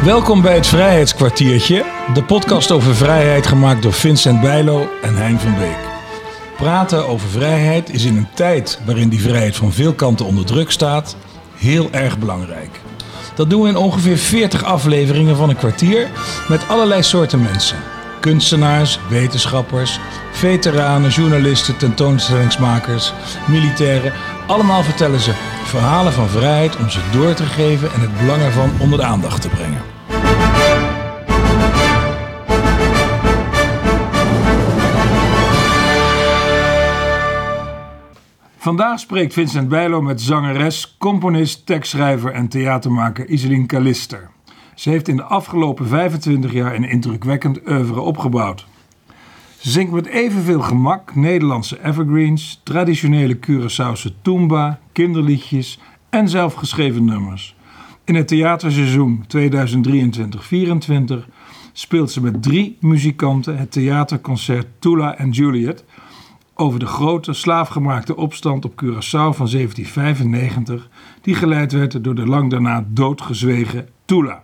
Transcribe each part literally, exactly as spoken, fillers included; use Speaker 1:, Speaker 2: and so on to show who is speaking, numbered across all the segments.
Speaker 1: Welkom bij het Vrijheidskwartiertje, de podcast over vrijheid gemaakt door Vincent Bijlo en Hein van Beek. Praten over vrijheid is in een tijd waarin die vrijheid van veel kanten onder druk staat, heel erg belangrijk. Dat doen we in ongeveer veertig afleveringen van een kwartier met allerlei soorten mensen. Kunstenaars, wetenschappers, veteranen, journalisten, tentoonstellingsmakers, militairen. Allemaal vertellen ze verhalen van vrijheid om ze door te geven en het belang ervan onder de aandacht te brengen. Vandaag spreekt Vincent Bijlo met zangeres, componist, tekstschrijver en theatermaker Iselien Callister. Ze heeft in de afgelopen vijfentwintig jaar een indrukwekkend oeuvre opgebouwd. Ze zingt met evenveel gemak Nederlandse evergreens, traditionele Curaçaose tumba, kinderliedjes en zelfgeschreven nummers. In het theaterseizoen tweeduizend drieëntwintig vierentwintig speelt ze met drie muzikanten het theaterconcert Tula en Juliet over de grote slaafgemaakte opstand op Curaçao van zeventien vijfennegentig, die geleid werd door de lang daarna doodgezwegen Tula.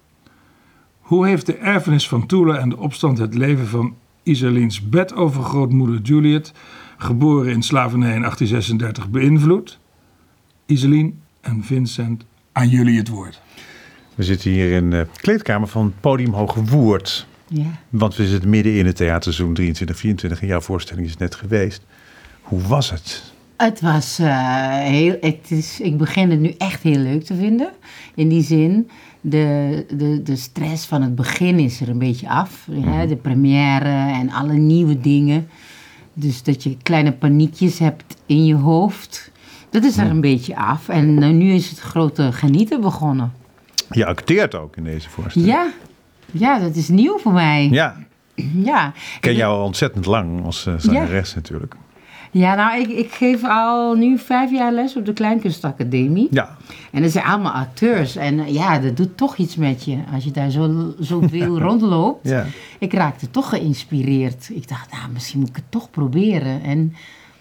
Speaker 1: Hoe heeft de erfenis van Tula en de opstand het leven van Iseliens bedovergrootmoeder Juliet, geboren in slavernij in achttien zesendertig, beïnvloed? Iselien en Vincent, aan jullie het woord.
Speaker 2: We zitten hier in de kleedkamer van Podium Hoge Woerd. Ja. Want we zitten midden in het theaterseizoen drieëntwintig vierentwintig en jouw voorstelling is net geweest. Hoe was het?
Speaker 3: Het was uh, heel... Het is, ik begin het nu echt heel leuk te vinden. In die zin, de, de, de stress van het begin is er een beetje af. Mm-hmm. Ja, de première en alle nieuwe dingen. Dus dat je kleine paniekjes hebt in je hoofd. Dat is er mm. een beetje af. En uh, nu is het grote genieten begonnen.
Speaker 2: Je acteert ook in deze voorstelling.
Speaker 3: Ja, ja, dat is nieuw voor mij.
Speaker 2: Ja.
Speaker 3: Ja.
Speaker 2: Ik ken jou al ontzettend lang als uh, zangeres ja. natuurlijk.
Speaker 3: Ja, nou, ik, ik geef al nu vijf jaar les op de Kleinkunstacademie. Ja. En dat zijn allemaal acteurs. En uh, ja, dat doet toch iets met je. Als je daar zo, zo veel rondloopt. Ja. Ik raakte toch geïnspireerd. Ik dacht, nou, misschien moet ik het toch proberen. En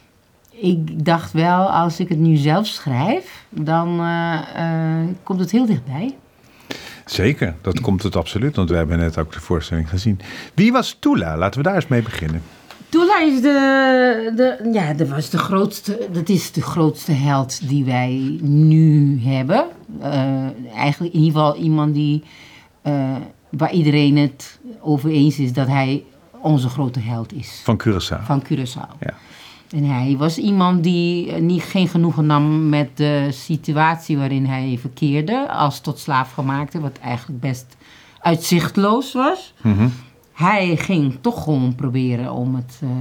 Speaker 3: ik dacht wel, als ik het nu zelf schrijf, dan uh, uh, komt het heel dichtbij.
Speaker 2: Zeker, dat komt het absoluut, want we hebben net ook de voorstelling gezien. Wie was Tula? Laten we daar eens mee beginnen.
Speaker 3: Tula is de, de, ja, dat was de grootste, dat is de grootste held die wij nu hebben. Uh, eigenlijk in ieder geval iemand die, uh, waar iedereen het over eens is dat hij onze grote held is.
Speaker 2: Van Curaçao.
Speaker 3: Van Curaçao.
Speaker 2: Ja.
Speaker 3: En hij was iemand die niet, geen genoegen nam met de situatie waarin hij verkeerde als tot slaafgemaakte, wat eigenlijk best uitzichtloos was. Mm-hmm. Hij ging toch gewoon proberen om het, uh,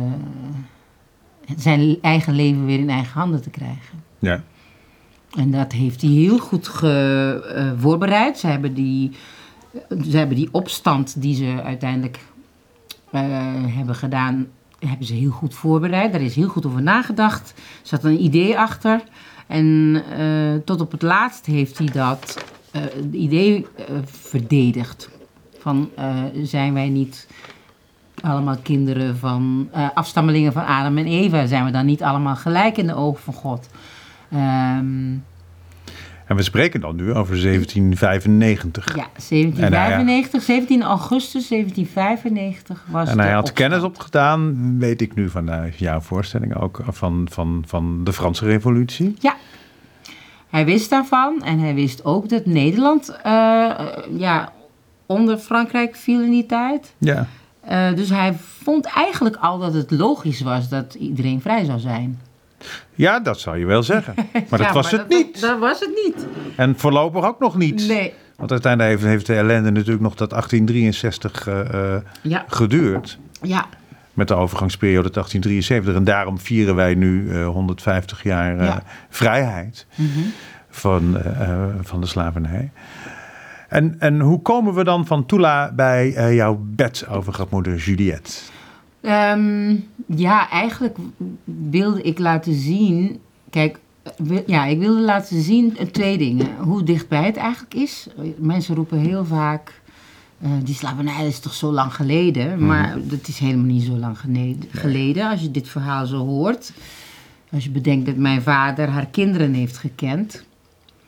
Speaker 3: zijn eigen leven weer in eigen handen te krijgen. Ja. En dat heeft hij heel goed ge, uh, voorbereid. Ze hebben, die, ze hebben die opstand die ze uiteindelijk uh, hebben gedaan, hebben ze heel goed voorbereid. Daar is heel goed over nagedacht. Er zat een idee achter. En uh, tot op het laatst heeft hij dat uh, idee uh, verdedigd. Van, uh, zijn wij niet allemaal kinderen van uh, afstammelingen van Adam en Eva? Zijn we dan niet allemaal gelijk in de ogen van God? Um,
Speaker 2: En we spreken dan nu over zeventien vijfennegentig.
Speaker 3: Ja, zeventien vijfennegentig, zeventien augustus zeventien vijfennegentig was
Speaker 2: En hij had
Speaker 3: opstand.
Speaker 2: kennis opgedaan, weet ik nu van uh, jouw voorstelling ook, van, van, van de Franse Revolutie.
Speaker 3: Ja, hij wist daarvan en hij wist ook dat Nederland uh, ja, onder Frankrijk viel in die tijd. Ja. Uh, dus hij vond eigenlijk al dat het logisch was dat iedereen vrij zou zijn.
Speaker 2: Ja, dat zou je wel zeggen. Maar dat ja, was maar het
Speaker 3: dat,
Speaker 2: niet.
Speaker 3: Dat was het niet.
Speaker 2: En voorlopig ook nog niet.
Speaker 3: Nee.
Speaker 2: Want uiteindelijk heeft, heeft de ellende natuurlijk nog tot achttien drieënzestig uh, ja. geduurd.
Speaker 3: Ja.
Speaker 2: Met de overgangsperiode tot achttien drieënzeventig. En daarom vieren wij nu uh, honderdvijftig jaar uh, ja. vrijheid mm-hmm. van, uh, van de slavernij. En, en hoe komen we dan van Tula bij uh, jouw bedovergrootmoeder Juliet?
Speaker 3: Um, ja, eigenlijk wilde ik laten zien. Kijk, ja, ik wilde laten zien twee dingen. Hoe dichtbij het eigenlijk is. Mensen roepen heel vaak, uh, die slavernij is toch zo lang geleden. Mm-hmm. Maar dat is helemaal niet zo lang geleden. Als je dit verhaal zo hoort. Als je bedenkt dat mijn vader haar kinderen heeft gekend.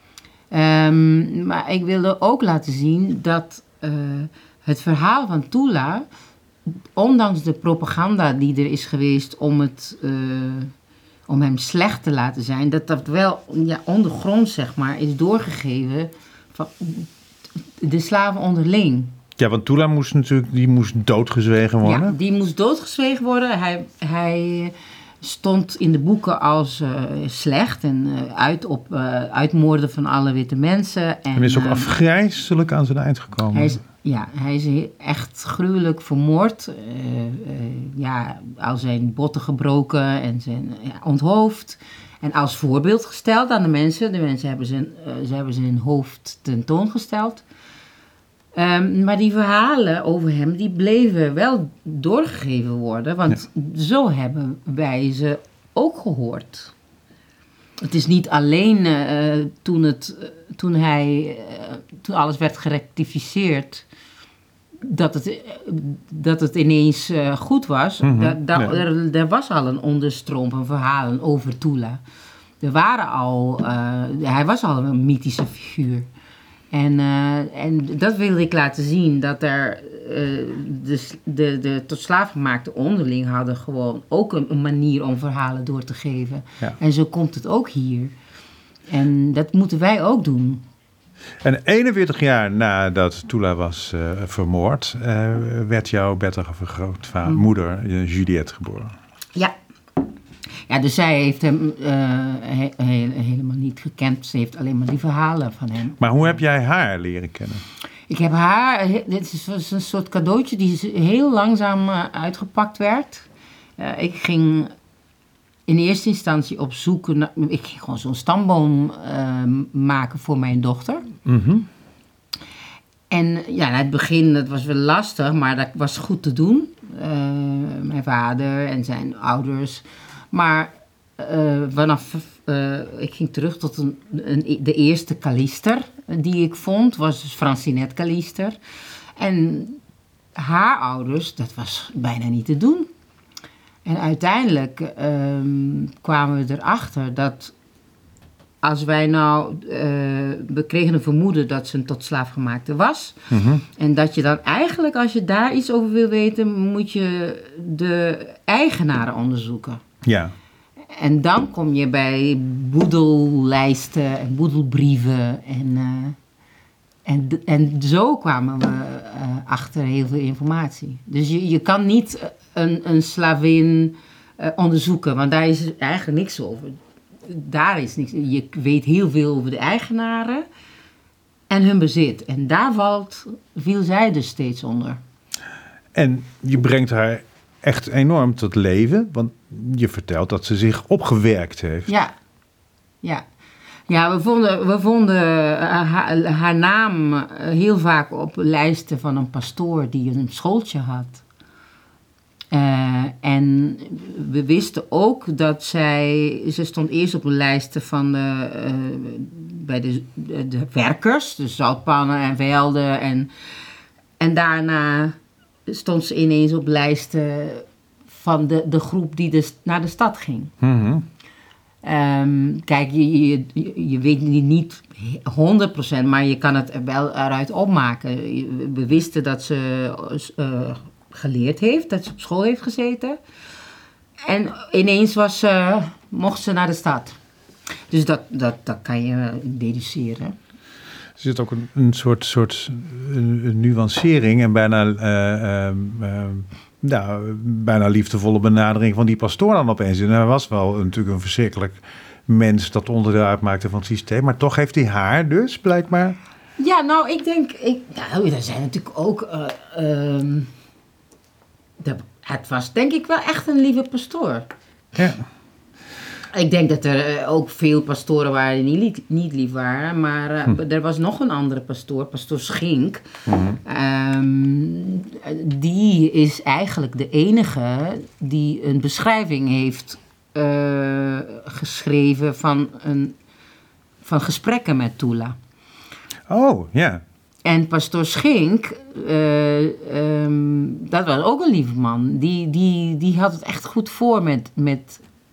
Speaker 3: Um, maar ik wilde ook laten zien dat uh, het verhaal van Tula, ondanks de propaganda die er is geweest om, het, uh, om hem slecht te laten zijn, dat dat wel ja, ondergronds, zeg maar, is doorgegeven van de slaven onderling.
Speaker 2: Ja, want Tula moest natuurlijk die moest doodgezwegen worden.
Speaker 3: Ja, die moest doodgezwegen worden. Hij, hij stond in de boeken als uh, slecht en uh, uit op uh, uitmoorden van alle witte mensen. En,
Speaker 2: en is ook uh,
Speaker 3: afgrijselijk
Speaker 2: aan zijn eind gekomen.
Speaker 3: Hij is, ja, hij is echt gruwelijk vermoord. Uh, uh, ja, al zijn botten gebroken en zijn ja, onthoofd. En als voorbeeld gesteld aan de mensen. De mensen hebben zijn, uh, ze hebben zijn hoofd tentoongesteld. Um, maar die verhalen over hem, die bleven wel doorgegeven worden. Want ja. zo hebben wij ze ook gehoord. Het is niet alleen uh, toen, het, uh, toen, hij, uh, toen alles werd gerectificeerd, dat het, uh, dat het ineens uh, goed was.
Speaker 2: Mm-hmm.
Speaker 3: Da, da,
Speaker 2: ja.
Speaker 3: er, er was al een onderstroom van verhalen over Tula. Er waren al, uh, hij was al een mythische figuur. En, uh, en dat wilde ik laten zien, dat er uh, de, de, de tot slaafgemaakte onderling hadden gewoon ook een, een manier om verhalen door te geven.
Speaker 2: Ja.
Speaker 3: En zo komt het ook hier. En dat moeten wij ook doen.
Speaker 2: En eenenveertig jaar nadat Tula was uh, vermoord, uh, werd jouw bettige grootmoeder uh, Juliette geboren.
Speaker 3: Ja. Ja, dus zij heeft hem uh, he- he- helemaal niet gekend. Ze heeft alleen maar die verhalen van hem.
Speaker 2: Maar hoe heb jij haar leren kennen?
Speaker 3: Ik heb haar... Dit is een soort cadeautje die heel langzaam uh, uitgepakt werd. Uh, ik ging in eerste instantie op zoek naar... Ik ging gewoon zo'n stamboom uh, maken voor mijn dochter.
Speaker 2: Mm-hmm.
Speaker 3: En ja, in het begin, dat was wel lastig, maar dat was goed te doen. Uh, mijn vader en zijn ouders... Maar uh, vanaf, uh, ik ging terug tot een, een, de eerste Kalister die ik vond, was dus Francinette Kalister. En haar ouders, dat was bijna niet te doen. En uiteindelijk um, kwamen we erachter dat als wij nou, uh, we kregen een vermoeden dat ze een tot slaafgemaakte was.
Speaker 2: Mm-hmm. En
Speaker 3: dat je dan eigenlijk, als je daar iets over wil weten, moet je de eigenaren onderzoeken.
Speaker 2: Ja.
Speaker 3: En dan kom je bij boedellijsten en boedelbrieven. En, uh, en, en zo kwamen we uh, achter heel veel informatie. Dus je, je kan niet een, een slavin uh, onderzoeken, want daar is eigenlijk niks over. Daar is niks. Je weet heel veel over de eigenaren en hun bezit. En daar valt, viel zij dus steeds onder.
Speaker 2: En je brengt haar echt enorm tot leven, want je vertelt dat ze zich opgewerkt heeft.
Speaker 3: Ja, ja. Ja, we vonden, we vonden haar, haar naam heel vaak op lijsten van een pastoor die een schooltje had. Uh, en we wisten ook dat zij, ze stond eerst op een lijsten van de, uh, bij de, de, de werkers, dus zoutpannen en velden. En, en daarna stond ze ineens op lijsten van de, de groep die dus naar de stad ging.
Speaker 2: Mm-hmm.
Speaker 3: Um, kijk, je, je, je weet niet honderd procent, maar je kan het er wel eruit opmaken. We wisten dat ze uh, geleerd heeft, dat ze op school heeft gezeten. En ineens was, uh, mocht ze naar de stad. Dus dat, dat, dat kan je deduceren.
Speaker 2: Er zit ook een, een soort, soort een, een nuancering en bijna, uh, uh, uh, nou, bijna liefdevolle benadering van die pastoor dan opeens. En hij was wel natuurlijk een verschrikkelijk mens dat onderdeel uitmaakte van het systeem. Maar toch heeft hij haar dus, blijkbaar.
Speaker 3: Ja, nou, ik denk... Ik, nou, er zijn natuurlijk ook... Uh, um, de, het was denk ik wel echt een lieve pastoor.
Speaker 2: Ja.
Speaker 3: Ik denk dat er uh, ook veel pastoren waren die niet, niet lief waren. Maar uh, hm. er was nog een andere pastoor, pastoor Schink. Mm-hmm. Um, die is eigenlijk de enige die een beschrijving heeft uh, geschreven van, een, van gesprekken met Tula.
Speaker 2: Oh, ja. Yeah.
Speaker 3: En pastoor Schink, uh, um, dat was ook een lieve man. Die, die, die had het echt goed voor met... met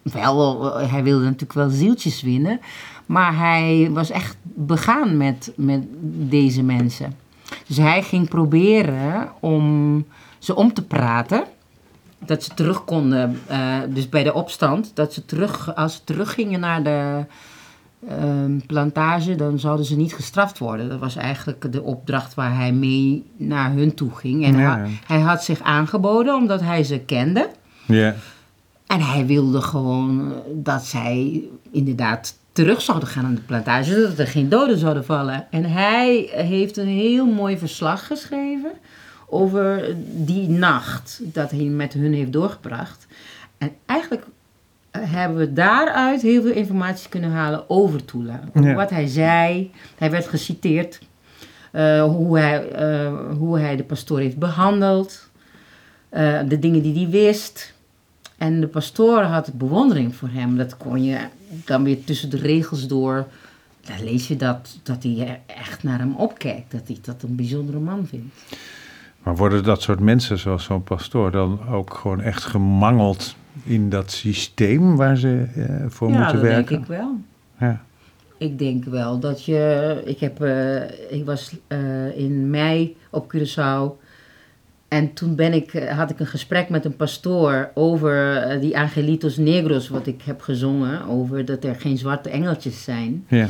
Speaker 3: wel, hij wilde natuurlijk wel zieltjes winnen. Maar hij was echt begaan met, met deze mensen. Dus hij ging proberen om ze om te praten. Dat ze terug konden, uh, dus bij de opstand, dat ze terug, als ze teruggingen naar de uh, plantage, dan zouden ze niet gestraft worden. Dat was eigenlijk de opdracht waar hij mee naar hun toe ging. En
Speaker 2: Ja.
Speaker 3: hij, hij had zich aangeboden omdat hij ze kende.
Speaker 2: Ja.
Speaker 3: En hij wilde gewoon dat zij inderdaad terug zouden gaan aan de plantage, zodat er geen doden zouden vallen. En hij heeft een heel mooi verslag geschreven over die nacht dat hij met hun heeft doorgebracht. En eigenlijk hebben we daaruit heel veel informatie kunnen halen over Tula.
Speaker 2: Ja.
Speaker 3: Wat hij zei, hij werd geciteerd, uh, hoe, hij, uh, hoe hij de pastoor heeft behandeld, uh, de dingen die hij wist. En de pastoor had bewondering voor hem. Dat kon je dan weer tussen de regels door. Dan lees je dat, dat hij echt naar hem opkijkt. Dat hij dat een bijzondere man vindt.
Speaker 2: Maar worden dat soort mensen, zoals zo'n pastoor, dan ook gewoon echt gemangeld in dat systeem waar ze uh, voor
Speaker 3: ja,
Speaker 2: moeten
Speaker 3: dat
Speaker 2: werken?
Speaker 3: denk ik wel.
Speaker 2: Ja.
Speaker 3: Ik denk wel dat je... Ik, heb, uh, ik was uh, in mei op Curaçao. En toen ben ik, had ik een gesprek met een pastoor over uh, die Angelitos Negros, wat ik heb gezongen. Over dat er geen zwarte engeltjes zijn.
Speaker 2: Ja.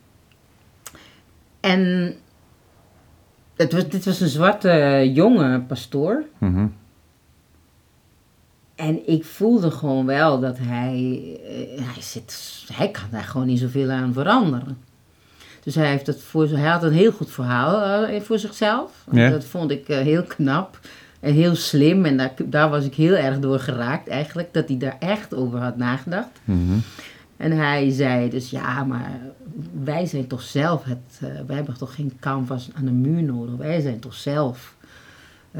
Speaker 3: En het was, dit was een zwarte jonge pastoor.
Speaker 2: Mm-hmm.
Speaker 3: En ik voelde gewoon wel dat hij, uh, hij, zit, hij kan daar gewoon niet zoveel aan veranderen. Dus hij, heeft het voor, hij had een heel goed verhaal uh, voor zichzelf.
Speaker 2: Ja.
Speaker 3: Dat vond ik uh, heel knap en heel slim. En daar, daar was ik heel erg door geraakt eigenlijk. Dat hij daar echt over had nagedacht.
Speaker 2: Mm-hmm.
Speaker 3: En hij zei dus, ja, maar wij zijn toch zelf het... Uh, wij hebben toch geen canvas aan de muur nodig. Wij zijn toch zelf uh,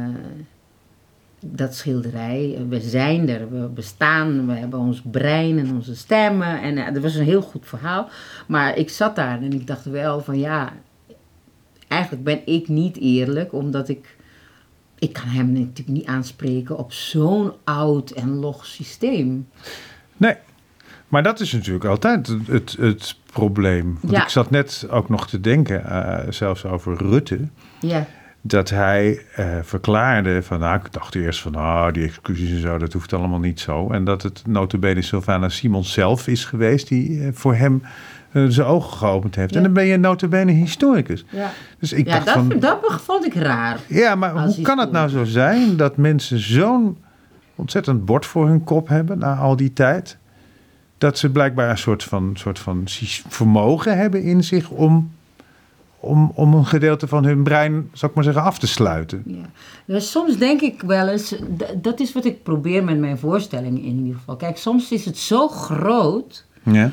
Speaker 3: dat schilderij. We zijn er, we bestaan, we hebben ons brein en onze stemmen. En uh, dat was een heel goed verhaal. Maar ik zat daar en ik dacht wel van, ja... Eigenlijk ben ik niet eerlijk, omdat ik... Ik kan hem natuurlijk niet aanspreken op zo'n oud en log systeem.
Speaker 2: Nee. Maar dat is natuurlijk altijd het, het, het probleem. Want
Speaker 3: Ja.
Speaker 2: ik zat net ook nog te denken, uh, zelfs over Rutte.
Speaker 3: Ja.
Speaker 2: Dat hij uh, verklaarde van, nou, ik dacht eerst van, ah, die excuses en zo, dat hoeft allemaal niet zo. En dat het nota bene Sylvana Simons zelf is geweest die uh, voor hem uh, zijn ogen geopend heeft.
Speaker 3: Ja.
Speaker 2: En dan ben je nota bene historicus.
Speaker 3: Ja,
Speaker 2: Dus ik
Speaker 3: ja
Speaker 2: dacht
Speaker 3: dat,
Speaker 2: van,
Speaker 3: dat vond ik raar.
Speaker 2: ja, maar
Speaker 3: als
Speaker 2: hoe kan het nou zo zijn dat mensen zo'n ontzettend bord voor hun kop hebben na al die tijd? Dat ze blijkbaar een soort van, soort van vermogen hebben in zich om, om, om een gedeelte van hun brein, zal ik maar zeggen, af te sluiten.
Speaker 3: Ja. Dus soms denk ik wel eens, d- dat is wat ik probeer met mijn voorstellingen in ieder geval. Kijk, soms is het zo groot
Speaker 2: Ja.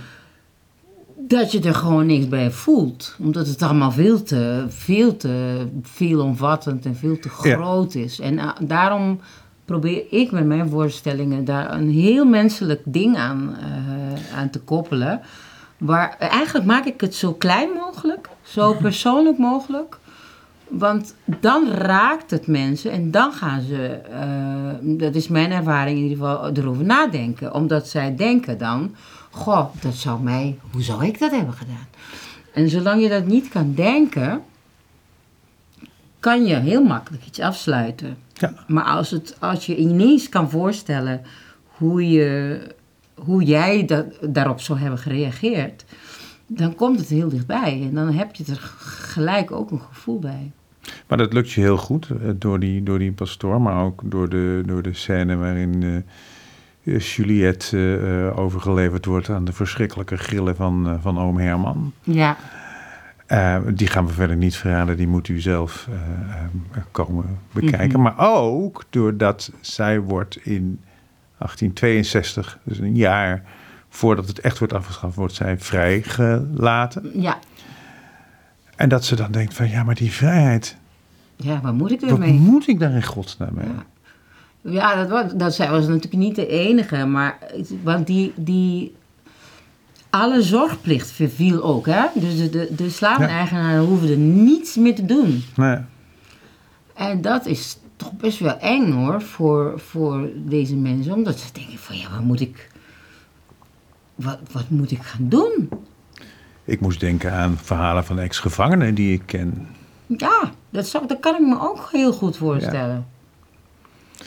Speaker 3: dat je er gewoon niks bij voelt. Omdat het allemaal veel te, veel te veelomvattend en veel te groot is. En uh, daarom probeer ik met mijn voorstellingen daar een heel menselijk ding aan, uh, aan te koppelen. Waar, eigenlijk maak ik het zo klein mogelijk, zo persoonlijk mogelijk. Want dan raakt het mensen en dan gaan ze, uh, dat is mijn ervaring in ieder geval, erover nadenken. Omdat zij denken dan, goh, dat zou mij, hoe zou ik dat hebben gedaan? En zolang je dat niet kan denken, kan je heel makkelijk iets afsluiten.
Speaker 2: Ja.
Speaker 3: Maar als, het, als je ineens kan voorstellen hoe, je, hoe jij dat, daarop zou hebben gereageerd, dan komt het heel dichtbij. En dan heb je er gelijk ook een gevoel bij.
Speaker 2: Maar dat lukt je heel goed door die, door die pastoor, maar ook door de, door de scène waarin uh, Juliette uh, overgeleverd wordt aan de verschrikkelijke grillen van, uh, van oom Herman.
Speaker 3: Ja.
Speaker 2: Uh, die gaan we verder niet verraden, die moet u zelf uh, uh, komen bekijken.
Speaker 3: Mm-hmm.
Speaker 2: Maar ook doordat zij wordt in achttien tweeënzestig, dus een jaar voordat het echt wordt afgeschaft, wordt zij vrijgelaten.
Speaker 3: Ja.
Speaker 2: En dat ze dan denkt van, ja, maar die vrijheid,
Speaker 3: Ja, wat moet ik
Speaker 2: wat
Speaker 3: ermee?
Speaker 2: moet ik daar in godsnaam mee?
Speaker 3: Ja. Ja, dat was, dat zij was natuurlijk niet de enige, maar want die, die alle zorgplicht verviel ook, hè? Dus de, de, de slaveneigenaren hoefden niets meer te doen.
Speaker 2: Nee.
Speaker 3: En dat is toch best wel eng, hoor, voor, voor deze mensen, omdat ze denken van, ja, wat moet ik, wat, wat moet ik gaan doen?
Speaker 2: Ik moest denken aan verhalen van ex-gevangenen die ik ken.
Speaker 3: Ja, dat, zou, dat kan ik me ook heel goed voorstellen.
Speaker 2: Ja.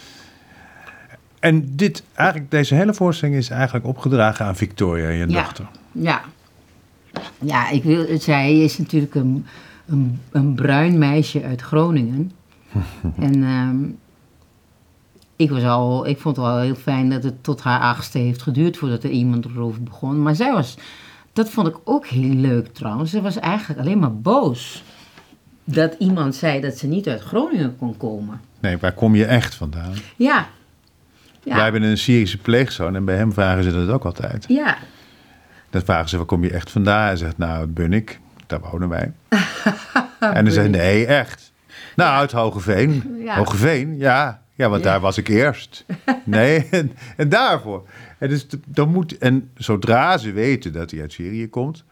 Speaker 2: En dit, eigenlijk, deze hele voorstelling is eigenlijk opgedragen aan Victoria, je
Speaker 3: ja.
Speaker 2: dochter.
Speaker 3: Ja. Ja, ik wil, zij is natuurlijk een, een, een bruin meisje uit Groningen. en um, ik, was al, ik vond het wel heel fijn dat het tot haar achtste heeft geduurd voordat er iemand erover begon. Maar zij was, dat vond ik ook heel leuk trouwens. Ze was eigenlijk alleen maar boos dat iemand zei dat ze niet uit Groningen kon komen.
Speaker 2: Nee, waar kom je echt vandaan?
Speaker 3: Ja. ja.
Speaker 2: Wij hebben een Syrische pleegzoon en bij hem vragen ze dat ook altijd.
Speaker 3: Ja.
Speaker 2: Dan vragen ze, waar kom je echt vandaan? Hij zegt, nou, uit Bunnik, daar wonen wij. En dan zegt hij, nee, echt. Nou, ja. uit Hogeveen. Ja. Hogeveen, ja. Ja, want ja. daar was ik eerst. Nee, en, en daarvoor. En, dus, dan moet, en zodra ze weten dat hij uit Syrië komt,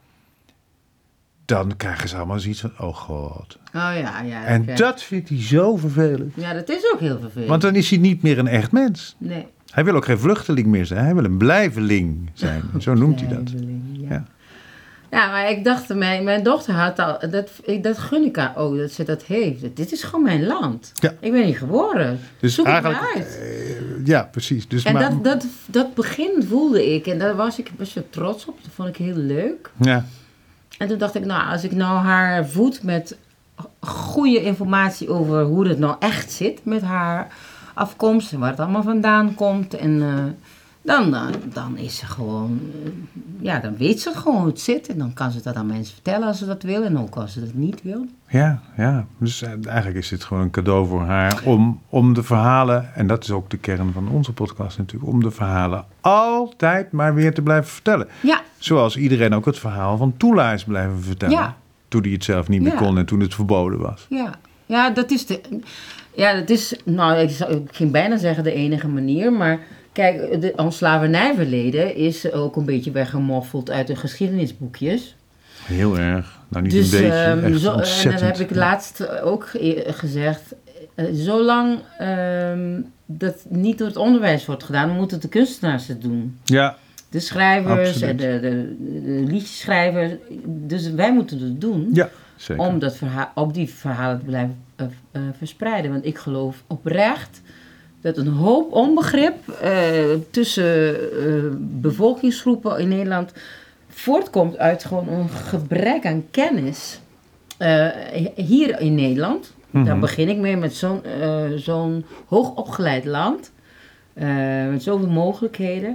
Speaker 2: dan krijgen ze allemaal zoiets van, oh god.
Speaker 3: Oh ja, ja.
Speaker 2: En
Speaker 3: okay.
Speaker 2: dat vindt hij zo vervelend.
Speaker 3: Ja, dat is ook heel vervelend.
Speaker 2: Want dan is hij niet meer een echt mens.
Speaker 3: Nee.
Speaker 2: Hij wil ook geen vluchteling meer zijn. Hij wil een blijveling zijn. Zo noemt hij dat.
Speaker 3: Ja.
Speaker 2: Ja.
Speaker 3: ja, maar ik dacht, mijn, mijn dochter had al, dat, ik, dat gun ik haar ook, dat ze dat heeft. Dit is gewoon mijn land.
Speaker 2: Ja.
Speaker 3: Ik ben hier geboren.
Speaker 2: Dus
Speaker 3: Zoek het
Speaker 2: eigenlijk,
Speaker 3: maar uit.
Speaker 2: Uh, ja, precies. Dus
Speaker 3: en
Speaker 2: maar,
Speaker 3: dat, dat, dat begin voelde ik en daar was ik best wel trots op. Dat vond ik heel leuk.
Speaker 2: Ja.
Speaker 3: En toen dacht ik, nou, als ik nou haar voed met goede informatie over hoe het nou echt zit met haar afkomst en waar het allemaal vandaan komt. En uh, dan, dan, dan is ze gewoon, uh, ja, dan weet ze gewoon hoe het zit. En dan kan ze dat aan mensen vertellen als ze dat wil en ook als ze dat niet wil.
Speaker 2: Ja, ja. Dus eigenlijk is dit gewoon een cadeau voor haar om, om de verhalen, en dat is ook de kern van onze podcast natuurlijk, om de verhalen altijd maar weer te blijven vertellen.
Speaker 3: Ja.
Speaker 2: Zoals iedereen ook het verhaal van Toela is blijven vertellen.
Speaker 3: Ja.
Speaker 2: Toen hij het zelf niet meer
Speaker 3: ja.
Speaker 2: kon en toen het verboden was.
Speaker 3: Ja, ja dat is de... Ja, dat is, nou, ik, zou, ik ging bijna zeggen de enige manier, maar kijk, de, ons slavernijverleden is ook een beetje weggemoffeld uit de geschiedenisboekjes.
Speaker 2: Heel erg. Nou, niet
Speaker 3: dus,
Speaker 2: een beetje,
Speaker 3: um,
Speaker 2: echt
Speaker 3: zo,
Speaker 2: ontzettend.
Speaker 3: En dan heb ik laatst ook gezegd, uh, zolang um, dat niet door het onderwijs wordt gedaan, moeten de kunstenaars het doen.
Speaker 2: Ja.
Speaker 3: De schrijvers
Speaker 2: Absoluut.
Speaker 3: en de, de, de liedjeschrijvers, dus wij moeten het doen.
Speaker 2: Ja, zeker.
Speaker 3: Om dat verhaal, op die verhalen te blijven uh, uh, verspreiden. Want ik geloof oprecht dat een hoop onbegrip uh, tussen uh, bevolkingsgroepen in Nederland voortkomt uit gewoon een gebrek aan kennis. Uh, hier in Nederland, mm-hmm. daar begin ik mee met zo'n, uh, zo'n hoogopgeleid land, uh, met zoveel mogelijkheden,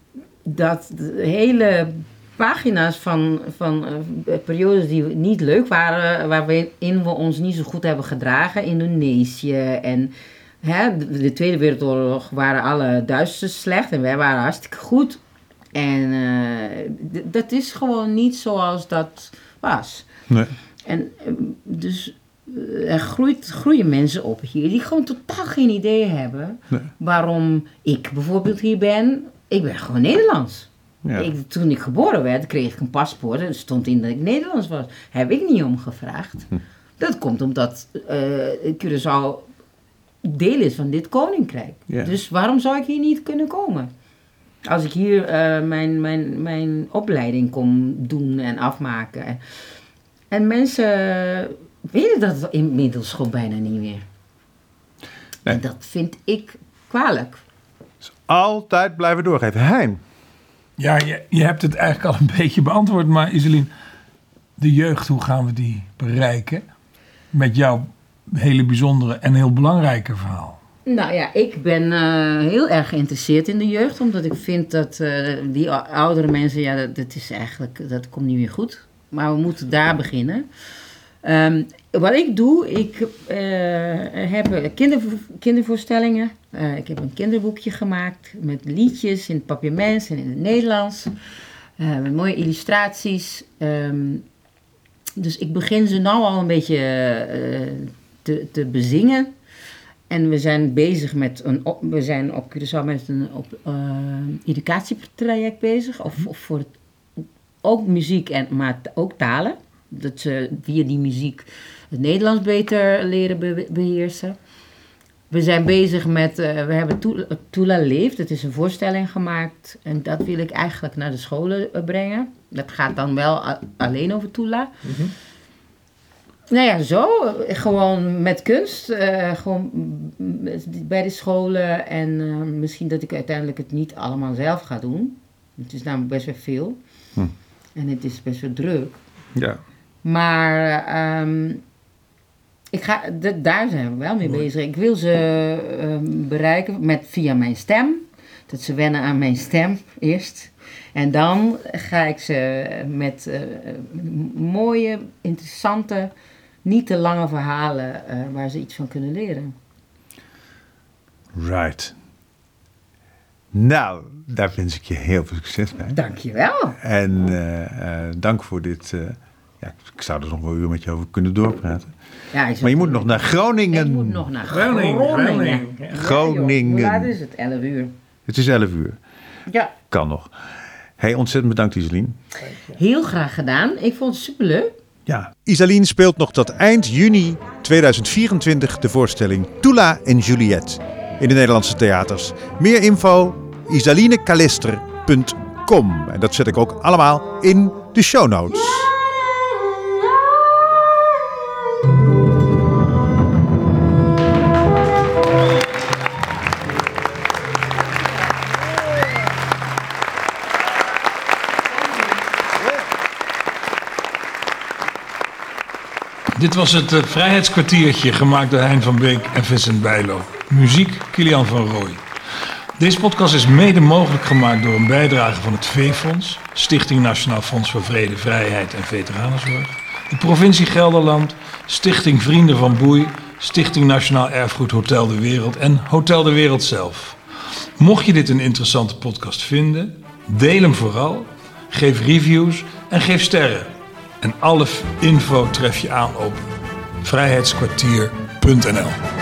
Speaker 3: dat de hele pagina's van, van uh, periodes die niet leuk waren, waarin we ons niet zo goed hebben gedragen, Indonesië en hè, de, de Tweede Wereldoorlog waren alle Duitsers slecht en wij waren hartstikke goed. En uh, d- dat is gewoon niet zoals dat was.
Speaker 2: Nee.
Speaker 3: En uh, dus uh, er groeit, groeien mensen op hier die gewoon totaal geen idee hebben nee. waarom ik bijvoorbeeld hier ben. Ik ben gewoon Nederlands. Ja. Ik, toen ik geboren werd, kreeg ik een paspoort en er stond in dat ik Nederlands was. Heb ik niet om gevraagd. Hm. Dat komt omdat uh, Curaçao deel is van dit koninkrijk. Ja. Dus waarom zou ik hier niet kunnen komen? Als ik hier uh, mijn, mijn, mijn opleiding kom doen en afmaken. En, en mensen weten dat inmiddels gewoon bijna niet meer. Nee. En dat vind ik kwalijk.
Speaker 2: Dus altijd blijven doorgeven. Hein.
Speaker 1: Ja, je, je hebt het eigenlijk al een beetje beantwoord. Maar Iselien, de jeugd, hoe gaan we die bereiken? Met jouw hele bijzondere en heel belangrijke verhaal.
Speaker 3: Nou ja, ik ben uh, heel erg geïnteresseerd in de jeugd. Omdat ik vind dat uh, die oudere mensen, ja, dat, dat is eigenlijk, dat komt niet meer goed. Maar we moeten daar beginnen. Um, wat ik doe, ik uh, heb kindervo- kindervoorstellingen. Uh, ik heb een kinderboekje gemaakt met liedjes in het papiermens en in het Nederlands. Uh, met mooie illustraties. Um, dus ik begin ze nou al een beetje uh, te, te bezingen. En we zijn bezig met een, we zijn op Curaçao met een op, uh, educatietraject bezig. Of, of voor het, ook muziek, en, maar ook talen. Dat ze via die muziek het Nederlands beter leren be- beheersen. We zijn bezig met, uh, we hebben Tula, Tula Leeft, het is een voorstelling gemaakt. En dat wil ik eigenlijk naar de scholen uh, brengen. Dat gaat dan wel a- alleen over Tula. Mm-hmm. Nou ja, zo. Gewoon met kunst. Uh, gewoon bij de scholen. En uh, misschien dat ik uiteindelijk het niet allemaal zelf ga doen. Het is namelijk best wel veel. Hm. En het is best wel druk.
Speaker 2: Ja.
Speaker 3: Maar um, ik ga, d- daar zijn we wel mee Mooi. bezig. Ik wil ze um, bereiken met, via mijn stem. Dat ze wennen aan mijn stem eerst. En dan ga ik ze met uh, mooie, interessante, niet te lange verhalen uh, waar ze iets van kunnen leren.
Speaker 2: Right. Nou, daar wens ik je heel veel succes bij.
Speaker 3: Dank je wel.
Speaker 2: En uh, uh, dank voor dit. Uh, ja, ik zou er nog wel een uur met je over kunnen doorpraten. Ja, maar je moet nog naar Groningen.
Speaker 3: Ik moet nog naar Groningen. Groningen.
Speaker 2: Ja, Groningen.
Speaker 3: Ja, hoe laat is het? elf uur.
Speaker 2: Het is elf uur.
Speaker 3: Ja.
Speaker 2: Kan nog. Hey, ontzettend bedankt, Isaline.
Speaker 3: Heel graag gedaan. Ik vond het superleuk.
Speaker 2: Ja, Isaline speelt nog tot eind juni tweeduizend vierentwintig de voorstelling Tula en Juliet in de Nederlandse theaters. Meer info isalinekalister punt com. En dat zet ik ook allemaal in de show notes.
Speaker 1: Dit was het uh, Vrijheidskwartiertje, gemaakt door Hein van Beek en Vincent Bijlo. Muziek Kilian van Rooij. Deze podcast is mede mogelijk gemaakt door een bijdrage van het V-Fonds, Stichting Nationaal Fonds voor Vrede, Vrijheid en Veteranenzorg, de provincie Gelderland, Stichting Vrienden van Boei, Stichting Nationaal Erfgoed Hotel de Wereld en Hotel de Wereld zelf. Mocht je dit een interessante podcast vinden, deel hem vooral, geef reviews en geef sterren. En alle info tref je aan op vrijheidskwartier punt n l.